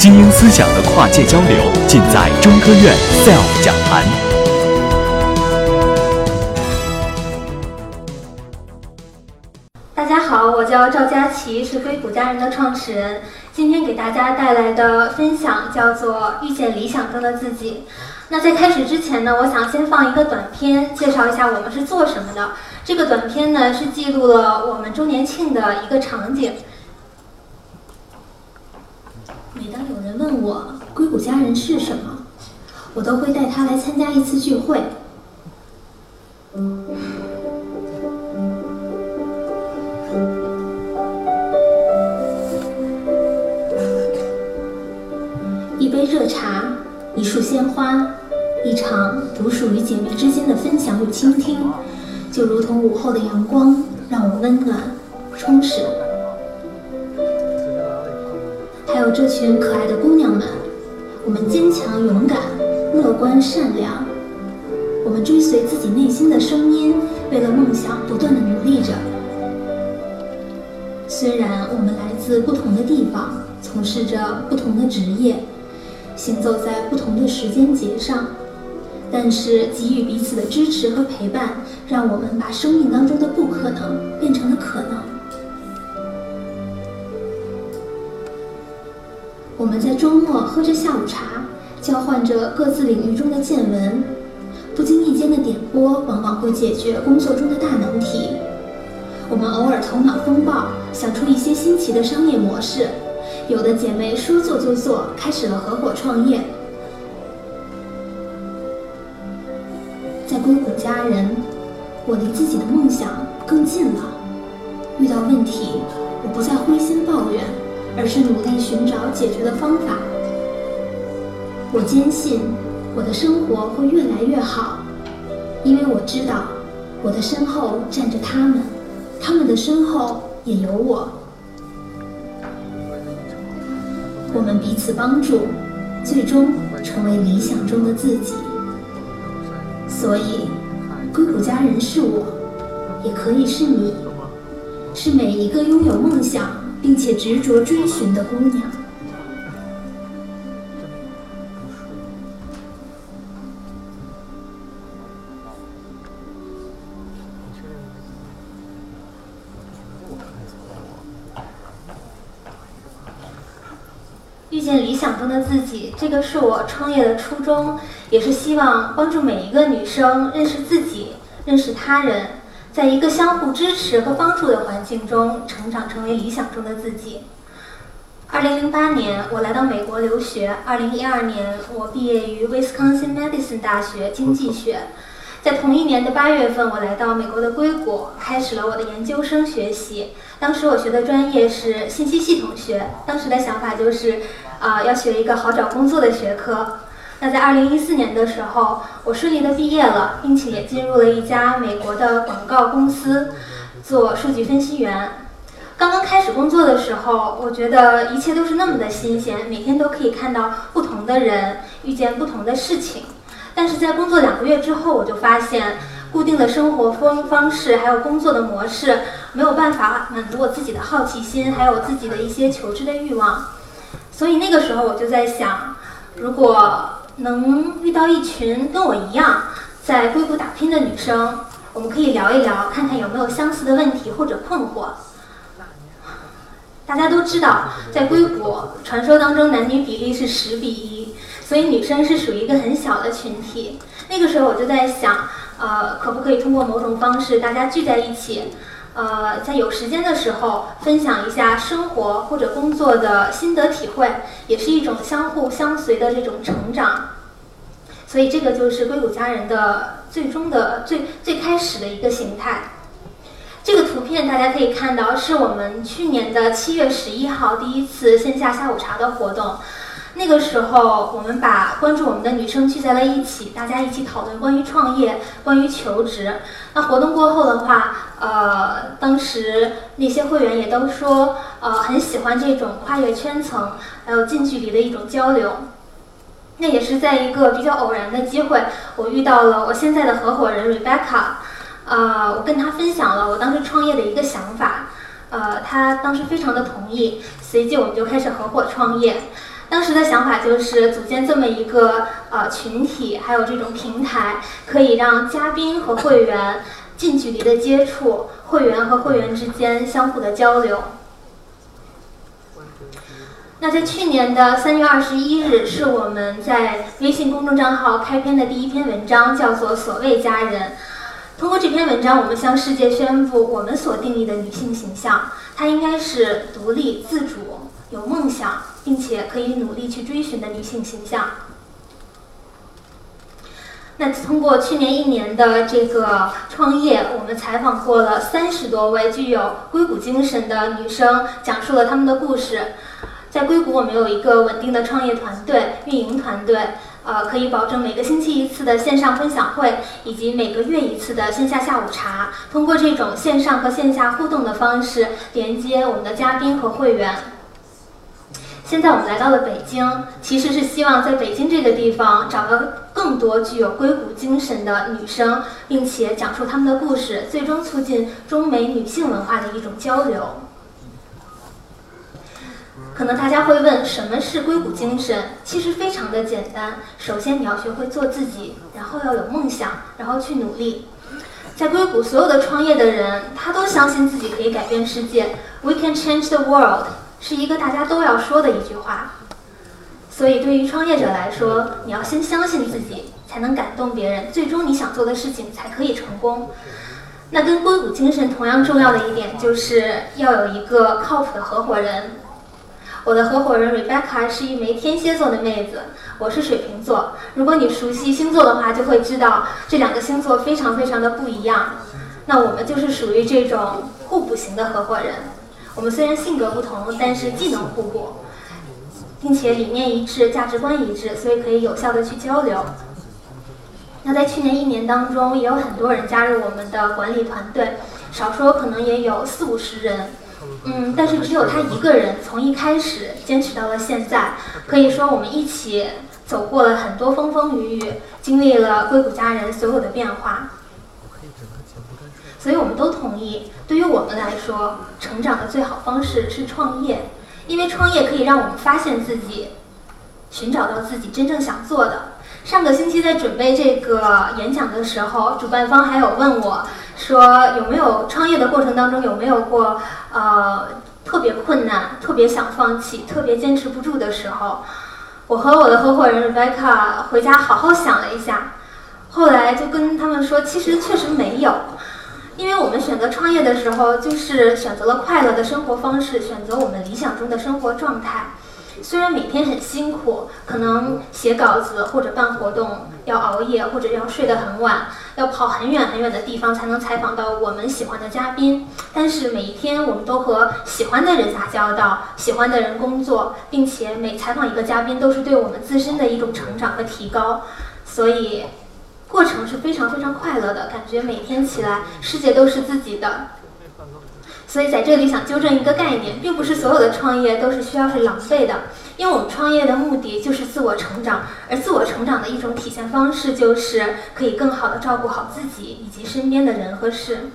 精英思想的跨界交流，尽在中科院 SELF 讲坛。 大家好，我叫赵佳琪，是硅谷佳人的创始人。今天给大家带来的分享叫做遇见理想中的自己。那在开始之前呢，我想先放一个短片，介绍一下我们是做什么的。这个短片呢是记录了我们周年庆的一个场景。每当有人问我硅谷佳人是什么，我都会带他来参加一次聚会。一杯热茶，一束鲜花，一场独属于姐妹之间的分享与倾听，就如同午后的阳光，让我温暖充实。还有这群可爱的姑娘们，我们坚强勇敢，乐观善良，我们追随自己内心的声音，为了梦想不断地努力着。虽然我们来自不同的地方，从事着不同的职业，行走在不同的时间节上，但是给予彼此的支持和陪伴，让我们把生命当中的不可能变成了可能。我们在周末喝着下午茶，交换着各自领域中的见闻，不经意间的点拨往往会解决工作中的大难题。我们偶尔头脑风暴，想出一些新奇的商业模式，有的姐妹说做就做，开始了合伙创业。在硅谷佳人，我离自己的梦想更近了。遇到问题，我不再灰心抱怨，而是努力寻找解决的方法。我坚信我的生活会越来越好，因为我知道我的身后站着他们，他们的身后也有我。我们彼此帮助，最终成为理想中的自己。所以，硅谷佳人是我，也可以是你，是每一个拥有梦想并且执着追寻的姑娘。遇见理想中的自己，这个是我创业的初衷，也是希望帮助每一个女生认识自己，认识他人，在一个相互支持和帮助的环境中成长，成为理想中的自己。2008年，我来到美国留学；2012年，我毕业于 Wisconsin Madison 大学经济学。在同一年的8月份，我来到美国的硅谷，开始了我的研究生学习。当时我学的专业是信息系统学，当时的想法就是要学一个好找工作的学科。那在2014年的时候，我顺利的毕业了，并且也进入了一家美国的广告公司做数据分析员。刚刚开始工作的时候，我觉得一切都是那么的新鲜，每天都可以看到不同的人，遇见不同的事情。但是在工作2个月之后，我就发现固定的生活方式还有工作的模式没有办法满足我自己的好奇心，还有我自己的一些求知的欲望。所以那个时候我就在想，如果能遇到一群跟我一样在硅谷打拼的女生，我们可以聊一聊，看看有没有相似的问题或者困惑。大家都知道，在硅谷传说当中男女比例是10:1，所以女生是属于一个很小的群体。那个时候我就在想，可不可以通过某种方式大家聚在一起，在有时间的时候分享一下生活或者工作的心得体会，也是一种相互相随的这种成长。所以这个就是硅谷佳人的最终的最开始的一个形态。这个图片大家可以看到，是我们去年的7月11号第一次线下下午茶的活动。那个时候我们把关注我们的女生聚在了一起，大家一起讨论关于创业，关于求职。那活动过后的话，当时那些会员也都说，很喜欢这种跨越圈层还有近距离的一种交流。那也是在一个比较偶然的机会，我遇到了我现在的合伙人 Rebecca，我跟她分享了我当时创业的一个想法，她当时非常的同意，随即我们就开始合伙创业。 当时的想法就是组建这么一个群体，还有这种平台，可以让嘉宾和会员近距离的接触，会员和会员之间相互的交流。那在去年的3月21日，是我们在微信公众账号开篇的第一篇文章，叫做《所谓佳人》。通过这篇文章，我们向世界宣布我们所定义的女性形象，她应该是独立、自主、有梦想，并且可以努力去追寻的女性形象。那通过去年1年的这个创业，我们采访过了30多位具有硅谷精神的女生，讲述了她们的故事。在硅谷，我们有一个稳定的创业团队、运营团队，可以保证每个星期1次的线上分享会，以及每个月1次的线下下午茶。通过这种线上和线下互动的方式，连接我们的嘉宾和会员。现在我们来到了北京，其实是希望在北京这个地方找到更多具有硅谷精神的女生，并且讲述她们的故事，最终促进中美女性文化的一种交流。可能大家会问，什么是硅谷精神？其实非常的简单，首先你要学会做自己，然后要有梦想，然后去努力。在硅谷，所有的创业的人，他都相信自己可以改变世界。We can change the world 是一个大家都要说的一句话。所以对于创业者来说，你要先相信自己，才能感动别人，最终你想做的事情才可以成功。那跟硅谷精神同样重要的一点，就是要有一个靠谱的合伙人。我的合伙人 Rebecca 是一枚天蝎座的妹子，我是水瓶座。如果你熟悉星座的话，就会知道这2个星座非常非常的不一样。那我们就是属于这种互补型的合伙人。我们虽然性格不同，但是技能互补，并且理念一致、价值观一致，所以可以有效的去交流。那在去年1年当中，也有很多人加入我们的管理团队，少说可能也有40-50人。但是只有他一个人从一开始坚持到了现在，可以说我们一起走过了很多风风雨雨，经历了硅谷佳人所有的变化。所以我们都同意，对于我们来说，成长的最好方式是创业，因为创业可以让我们发现自己，寻找到自己真正想做的。上个星期在准备这个演讲的时候，主办方还有问我说，有没有创业的过程当中有没有过特别困难、特别想放弃、特别坚持不住的时候。我和我的合伙人 Rebecca 回家好好想了一下，后来就跟他们说，其实确实没有。因为我们选择创业的时候，就是选择了快乐的生活方式，选择我们理想中的生活状态。虽然每天很辛苦，可能写稿子或者办活动要熬夜，或者要睡得很晚，要跑很远很远的地方才能采访到我们喜欢的嘉宾，但是每一天我们都和喜欢的人打交道，喜欢的人工作，并且每采访一个嘉宾都是对我们自身的一种成长和提高，所以过程是非常非常快乐的，感觉每天起来世界都是自己的。所以在这里想纠正一个概念，并不是所有的创业都是需要是狼狈的，因为我们创业的目的就是自我成长，而自我成长的一种体现方式就是可以更好的照顾好自己以及身边的人和事。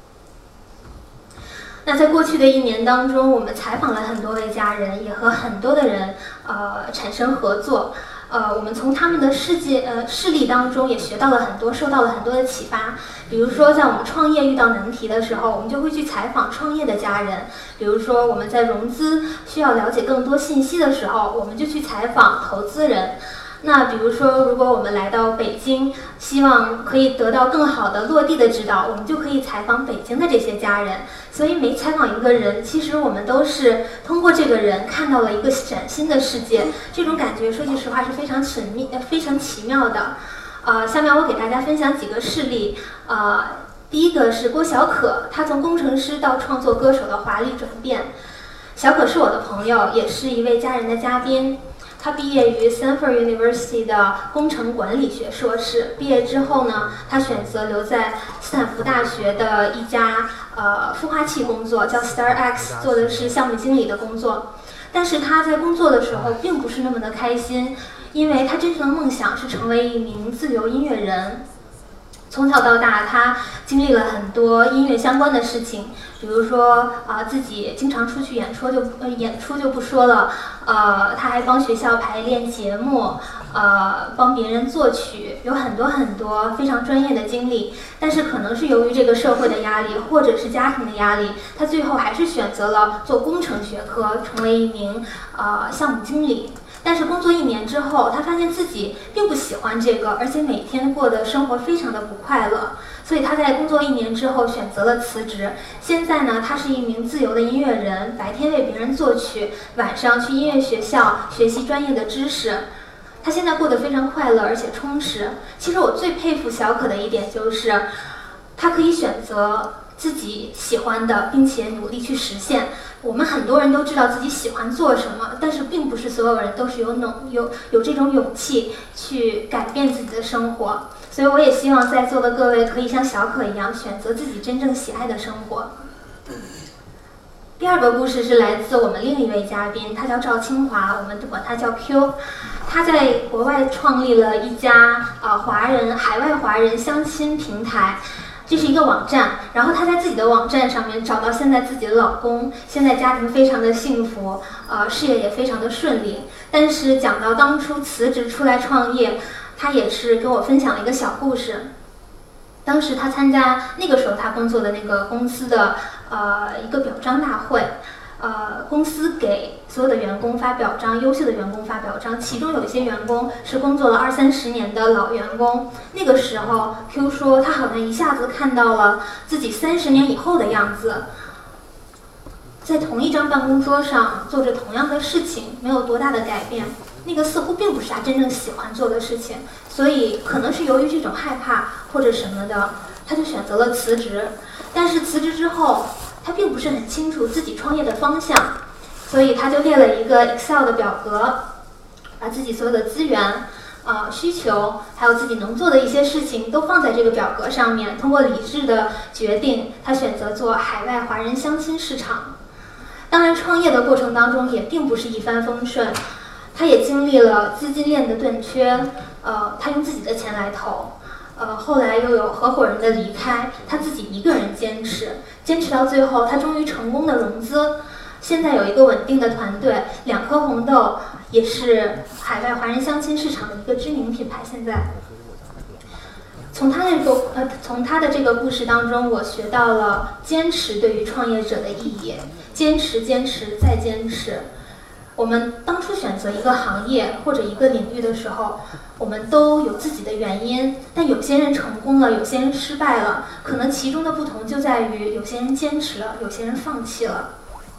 那在过去的1年当中，我们采访了很多位佳人，也和很多的人产生合作。我们从他们的事例当中也学到了很多，受到了很多的启发。比如说，在我们创业遇到难题的时候，我们就会去采访创业的佳人。比如说，我们在融资需要了解更多信息的时候，我们就去采访投资人。那比如说，如果我们来到北京，希望可以得到更好的落地的指导，我们就可以采访北京的这些佳人。所以每采访一个人，其实我们都是通过这个人看到了一个崭新的世界，这种感觉说句实话是非常奇妙的。下面我给大家分享几个事例。第一个是郭小可，他从工程师到创作歌手的华丽转变。小可是我的朋友，也是一位佳人的嘉宾。他毕业于 Stanford University 的工程管理学硕士，毕业之后呢，他选择留在斯坦福大学的一家孵化器工作，叫 StarX， 做的是项目经理的工作。但是他在工作的时候并不是那么的开心，因为他真正的梦想是成为一名自由音乐人。 从小到大，他经历了很多音乐相关的事情，比如说自己经常出去演出就不说了，他还帮学校排练节目，帮别人作曲，有很多很多非常专业的经历。但是可能是由于这个社会的压力，或者是家庭的压力，他最后还是选择了做工程学科，成为一名项目经理。但是工作1年之后，他发现自己并不喜欢这个，而且每天过的生活非常的不快乐，所以他在工作1年之后选择了辞职。现在呢，他是一名自由的音乐人，白天为别人作曲，晚上去音乐学校学习专业的知识。他现在过得非常快乐，而且充实。其实我最佩服小可的一点就是，他可以选择自己喜欢的，并且努力去实现。我们很多人都知道自己喜欢做什么，但是并不是所有人都是有这种勇气去改变自己的生活。所以我也希望在座的各位可以像小可一样，选择自己真正喜爱的生活。第2个故事是来自我们另一位嘉宾，他叫赵清华，我们管他叫 Q。他在国外创立了一家海外华人相亲平台。这是一个网站，然后她在自己的网站上面找到现在自己的老公，现在家庭非常的幸福，事业也非常的顺利。但是讲到当初辞职出来创业，她也是跟我分享了一个小故事。当时她参加那个时候她工作的那个公司的一个表彰大会。公司给所有的员工发表彰，优秀的员工发表彰，其中有一些员工是工作了20-30年的老员工。那个时候 Q 说他好像一下子看到了自己30年以后的样子，在同一张办公桌上做着同样的事情，没有多大的改变。那个似乎并不是他真正喜欢做的事情，所以可能是由于这种害怕或者什么的，他就选择了辞职。但是辞职之后，他并不是很清楚自己创业的方向，所以他就列了一个 Excel 的表格，把自己所有的资源、需求，还有自己能做的一些事情都放在这个表格上面。通过理智的决定，他选择做海外华人相亲市场。当然，创业的过程当中也并不是一帆风顺，他也经历了资金链的断缺，他用自己的钱来投。后来又有合伙人的离开，他自己一个人坚持到最后，他终于成功的融资。现在有一个稳定的团队，2颗红豆也是海外华人相亲市场的一个知名品牌。现在，从他的这个故事当中，我学到了坚持对于创业者的意义，坚持再坚持。我们当初选择一个行业或者一个领域的时候，我们都有自己的原因，但有些人成功了，有些人失败了，可能其中的不同就在于有些人坚持了，有些人放弃了。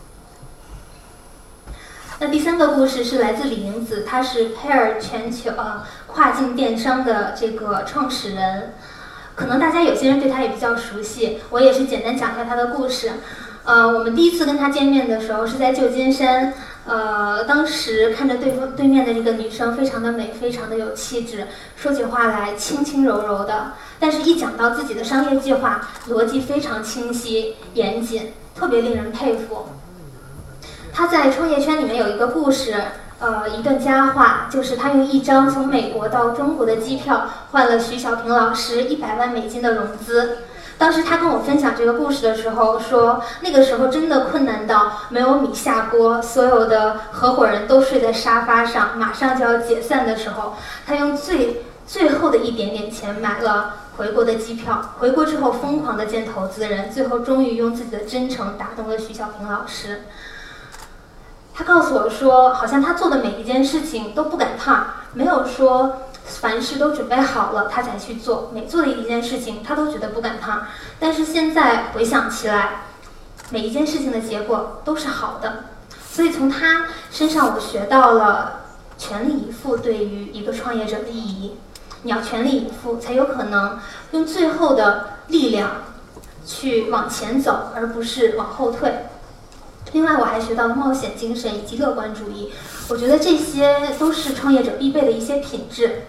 那第3个故事是来自李玲子，她是 Pair 全球跨境电商的这个创始人，可能大家有些人对她也比较熟悉，我也是简单讲一下她的故事。我们第一次跟她见面的时候是在旧金山。当时看着对面的这个女生非常的美，非常的有气质，说起话来轻轻柔柔的，但是一讲到自己的商业计划，逻辑非常清晰严谨，特别令人佩服。她在创业圈里面有一个故事，一段佳话，就是她用1张从美国到中国的机票换了徐小平老师100万美金的融资。当时他跟我分享这个故事的时候说，那个时候真的困难到没有米下锅，所有的合伙人都睡在沙发上，马上就要解散的时候，他用最后的一点点钱买了回国的机票。回国之后疯狂的见投资人，最后终于用自己的真诚打动了徐小平老师。他告诉我说，好像他做的每一件事情都不赶趟，没有说凡事都准备好了他才去做，每做的一件事情他都觉得不赶趟。但是现在回想起来，每一件事情的结果都是好的。所以从他身上我学到了全力以赴对于一个创业者的意义。你要全力以赴，才有可能用最后的力量去往前走，而不是往后退。另外我还学到了冒险精神以及乐观主义，我觉得这些都是创业者必备的一些品质。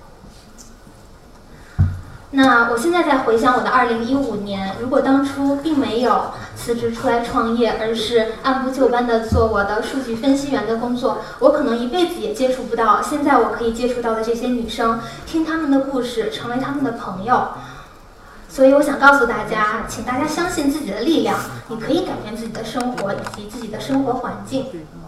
那我现在在回想我的2015年，如果当初并没有辞职出来创业，而是按部就班的做我的数据分析员的工作，我可能一辈子也接触不到现在我可以接触到的这些女生，听她们的故事，成为她们的朋友。 所以我想告诉大家，请大家相信自己的力量，你可以改变自己的生活以及自己的生活环境。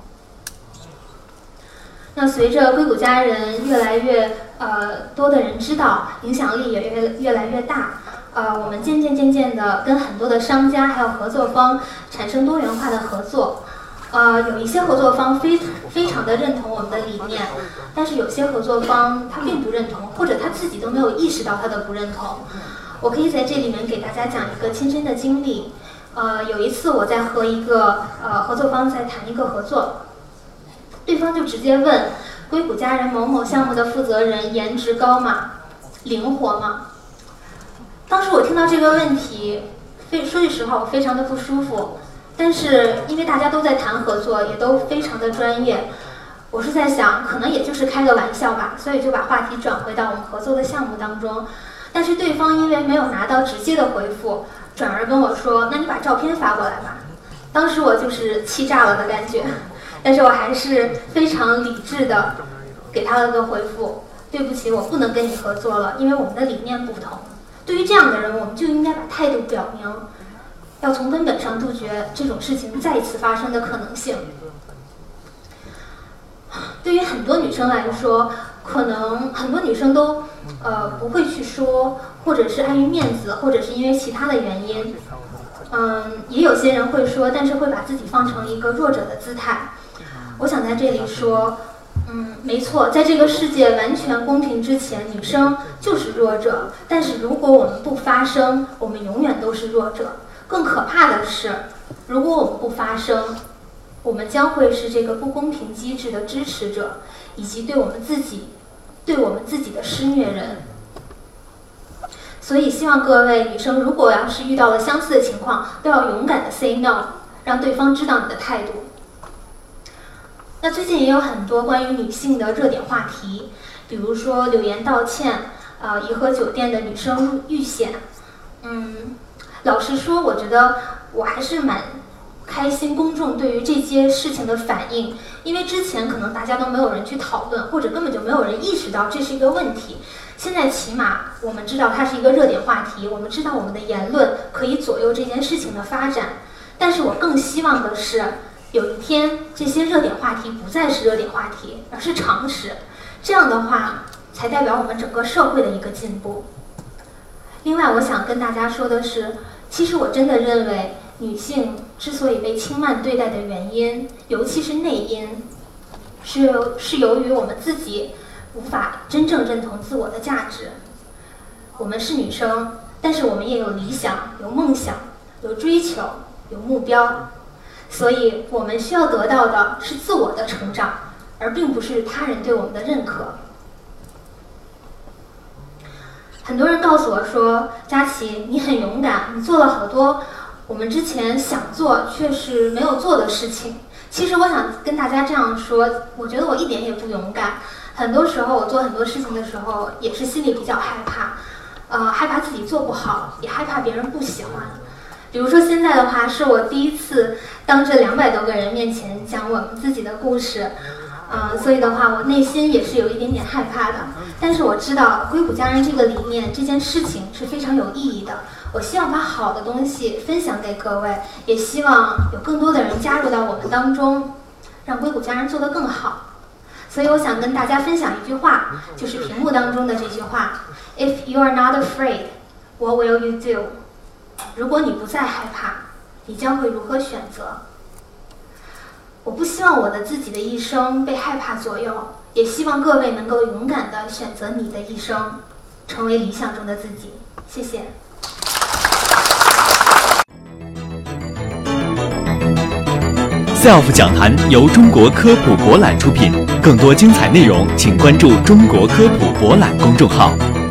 那随着硅谷佳人越来越多的人知道，影响力也越来越大，我们渐渐的跟很多的商家还有合作方产生多元化的合作。有一些合作方非常的认同我们的理念，但是有些合作方他并不认同，或者他自己都没有意识到他的不认同。我可以在这里面给大家讲一个亲身的经历。有一次我在和一个合作方在谈一个合作，对方就直接问硅谷佳人某某项目的负责人颜值高吗？灵活吗？当时我听到这个问题，说句实话，我非常的不舒服。但是因为大家都在谈合作，也都非常的专业，我是在想，可能也就是开个玩笑吧，所以就把话题转回到我们合作的项目当中。但是对方因为没有拿到直接的回复，转而跟我说：“那你把照片发过来吧。”当时我就是气炸了的感觉，但是我还是非常理智的给他了个回复：“对不起，我不能跟你合作了，因为我们的理念不同。”对于这样的人，我们就应该把态度表明。要从根本上杜绝这种事情再次发生的可能性。对于很多女生来说，可能很多女生都不会去说，或者是碍于面子，或者是因为其他的原因。也有些人会说，但是会把自己放成一个弱者的姿态。我想在这里说，没错，在这个世界完全公平之前，女生就是弱者。但是如果我们不发声，我们永远都是弱者。更可怕的是，如果我们不发声，我们将会是这个不公平机制的支持者，以及对我们自己的施虐人。所以希望各位女生，如果要是遇到了相似的情况，都要勇敢的 say no， 让对方知道你的态度。那最近也有很多关于女性的热点话题，比如说柳岩道歉，颐和酒店的女生遇险。老实说，我觉得我还是蛮开心公众对于这些事情的反应，因为之前可能大家都没有人去讨论，或者根本就没有人意识到这是一个问题。现在起码我们知道它是一个热点话题，我们知道我们的言论可以左右这件事情的发展。但是我更希望的是，有一天这些热点话题不再是热点话题，而是常识。这样的话，才代表我们整个社会的一个进步。另外，我想跟大家说的是，其实我真的认为，女性之所以被轻慢对待的原因，尤其是内因，是由于我们自己无法真正认同自我的价值。我们是女生，但是我们也有理想、有梦想、有追求、有目标，所以我们需要得到的是自我的成长，而并不是他人对我们的认可。很多人告诉我说，佳琪，你很勇敢，你做了好多我们之前想做却是没有做的事情。其实我想跟大家这样说，我觉得我一点也不勇敢。很多时候我做很多事情的时候，也是心里比较害怕，害怕自己做不好，也害怕别人不喜欢。比如说现在的话，是我第一次当着200多个人面前讲我们自己的故事。所以的话，我内心也是有一点点害怕的。但是我知道硅谷佳人这个理念，这件事情是非常有意义的。我希望把好的东西分享给各位，也希望有更多的人加入到我们当中，让硅谷佳人做得更好。所以我想跟大家分享一句话，就是屏幕当中的这句话 ：If you are not afraid, what will you do？ 如果你不再害怕，你将会如何选择？我不希望我的自己的一生被害怕左右，也希望各位能够勇敢地选择你的一生，成为理想中的自己。谢谢。 SELF 讲坛由中国科普博览出品，更多精彩内容请关注中国科普博览公众号。